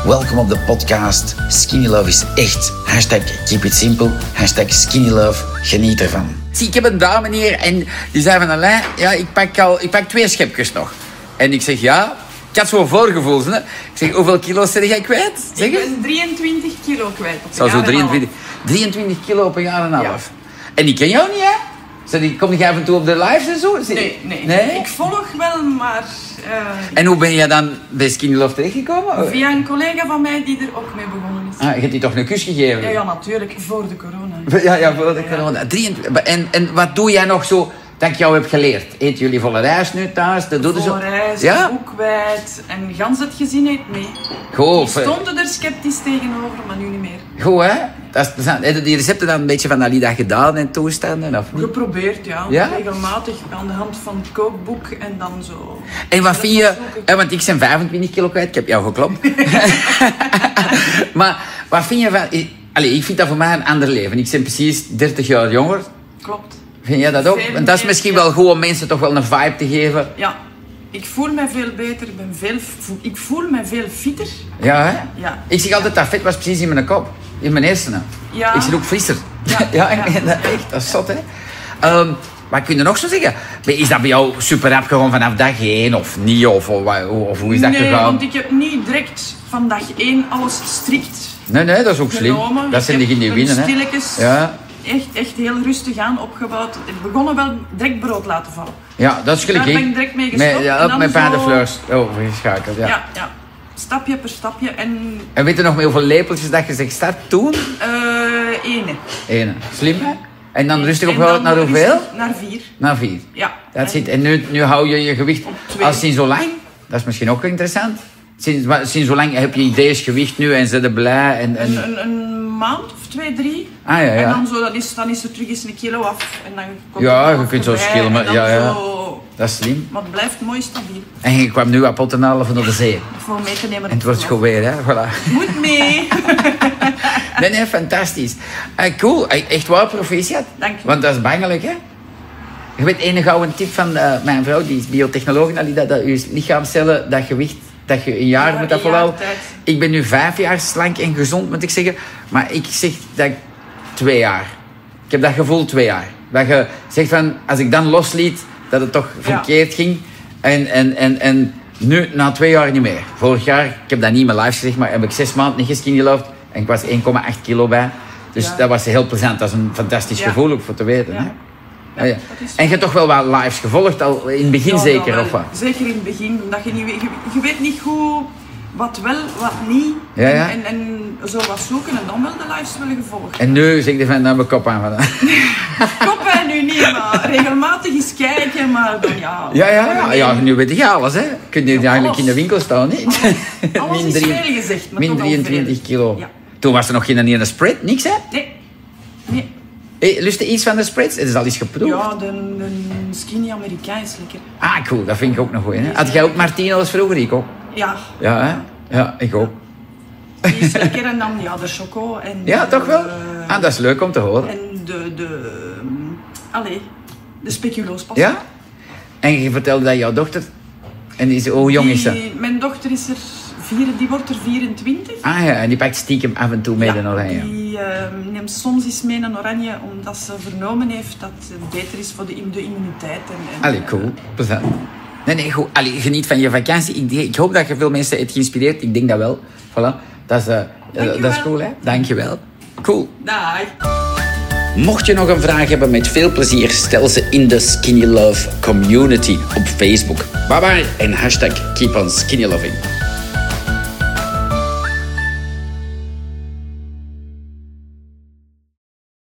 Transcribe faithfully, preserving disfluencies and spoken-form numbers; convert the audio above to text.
Welkom op de podcast. Skinny Love is echt. Hashtag keep it simple. Hashtag Skinny Love. Geniet ervan. Zie, ik heb een dame hier en die zei van Alain, ja, ik pak, al, ik pak twee schepjes nog. En ik zeg ja, ik had zo'n voorgevoel. Hè? Ik zeg, hoeveel kilo's ben jij kwijt? Zeg ik ben drieëntwintig kilo kwijt op een jaar en een half. drieëntwintig kilo op een jaar en een half. Ja. En ik ken jou niet, hè? Zeg, kom je af en toe op de lives en zo? Nee, nee. nee? Ik volg wel, maar... Uh, en hoe ben je dan bij Skinny Love terechtgekomen? Via een collega van mij die er ook mee begonnen is. Ah, je hebt die toch een kus gegeven? Ja, ja, natuurlijk. Voor de corona. Ja, ja voor de corona. Ja. drieëntwintig, en, en wat doe jij nog zo dat ik jou heb geleerd? Eet jullie volle rijst nu thuis? Dat doe volle rijst, ja? boekweit. En gans het gezin eet mee. Goed. Die stonden er sceptisch tegenover, maar nu niet meer. Goed, hè? Dat is, heb je die recepten dan een beetje van Alida gedaan en toestanden? Of niet? Geprobeerd, ja. ja. Regelmatig aan de hand van het kookboek en dan zo. En wat vind je... Eh, want ik ben vijfentwintig kilo kwijt, ik heb jou geklopt. Maar wat vind je van... Allee, ik vind dat voor mij een ander leven. Ik ben precies dertig jaar jonger. Klopt. Vind jij dat ook? Veel Want dat is misschien meer, wel goed om mensen toch wel een vibe te geven. Ja. Ik voel me veel beter, ik, ben veel, ik voel me veel fitter. Ja, hè? Ja. Ik zeg altijd dat vet was precies in mijn kop, in mijn hersenen. Ja. Ik zit ook frisser. Ja, ja, ja. ja. Echt, dat is zot, hè? Um, wat kun je nog zo zeggen? Is dat bij jou super rap gewoon vanaf dag één of niet? Of, of, of hoe is dat nee, gegaan? Nee, want ik heb niet direct van dag één alles strikt Nee, nee, dat is ook genomen. slim. Dat zijn die die winnen, hè? Stilletjes. Ja. Echt, echt heel rustig aan opgebouwd. Ik begon wel direct brood laten vallen. Ja, dat is gelijk. Daar ben ik direct mee gestopt. Met, ja, ook met paardenfleurs. Oh, geschakeld, ja. Ja, ja. Stapje per stapje. En, en weet je nog met hoeveel lepeltjes dat je zegt start toen? Uh, ene. Ene. Slim, hè? En dan rustig opgehouden naar hoeveel? Naar vier. Naar vier. Ja. Dat zit. En nu, nu hou je je gewicht al sinds zo lang. Dat is misschien ook interessant. Sinds, sinds zo lang heb je ideeën gewicht nu en ze zijn blij. En, en... Een, een, een maand of twee, drie. Ah, ja, ja. En dan, zo, dan, is, dan is er terug eens een kilo af. En dan komt ja, je je kunt zo schillen. Maar, ja, ja. Zo... Dat is slim. Maar het blijft mooi stabiel. En je kwam nu wat potten halen van de zee. Voor mee te nemen. En het wordt goed weer, hè? Voilà. Moet mee. nee, nee, fantastisch. Uh, cool. Echt waar, proficiat. Dank je. Want dat is bangelijk, hè? Je weet één gouden tip van uh, mijn vrouw, die is biotechnoloog, dat, dat je lichaamcellen, dat gewicht, dat je een jaar ja, moet dat volhouden. Tijd. Ik ben nu vijf jaar slank en gezond, moet ik zeggen. Maar ik zeg dat ik twee jaar. Ik heb dat gevoel twee jaar. Dat je zegt van, als ik dan losliet, dat het toch ja. verkeerd ging. En, en, en, en nu, na twee jaar niet meer. Vorig jaar, ik heb dat niet in mijn live gezegd, maar heb ik zes maanden niet geskinnyloved. En ik was één komma acht kilo bij. Dus ja. dat was heel plezant. Dat is een fantastisch ja. gevoel ook voor te weten. Ja. Hè? Ja, ja. En je hebt toch wel wat lives gevolgd, al in het begin ja, zeker, wel, of wat? Zeker in het begin, omdat je, niet, je, je weet niet goed wat wel, wat niet. Ja, ja. En, en, en zo wat zoeken en dan wel de lives willen gevolgd. En nu zeg je van, nou mijn kop aan van. Kop aan nu niet, maar regelmatig eens kijken, maar dan ja. Ja, ja, ja, ja, nu weet je alles, hè. Kun je ja, eigenlijk alles. in de winkel staan, hè? Alles, alles is veel gezegd, maar min drieëntwintig kilo. Ja. Toen was er nog geen ene spread, niks, hè? Nee, nee. Hey, lust je iets van de spreads? Het is al eens geproefd. Ja, de, de skinny Amerikaan is lekker. Ah, cool. Dat vind ik ook nog goed. Hè? Had jij ook Martino's vroeger? Ik ook. Ja. Ja, hè? Ja, ik ook. Die is lekker en dan ja, de choco. En ja, de, toch wel? Ah, dat is leuk om te horen. En de... de allee, de speculoos pas. Ja? En je vertelde dat jouw dochter... En is, hoe jong die, is ze? Mijn dochter is er... Vier, die wordt er vierentwintig. Ah ja, en die pakt stiekem af en toe mee ja, een oranje. die uh, neemt soms eens mee een oranje, omdat ze vernomen heeft dat het beter is voor de, de immuniteit. En, en, Allee, cool. Plezant. Nee, nee, goed. Allee, geniet van je vakantie. Ik, ik hoop dat je veel mensen hebt geïnspireerd. Ik denk dat wel. Voilà. Dat is, uh, uh, dat is cool, hè? Dankjewel. Cool. Dag. Mocht je nog een vraag hebben, met veel plezier stel ze in de Skinny Love community op Facebook. Bye bye en hashtag keep on skinny loving.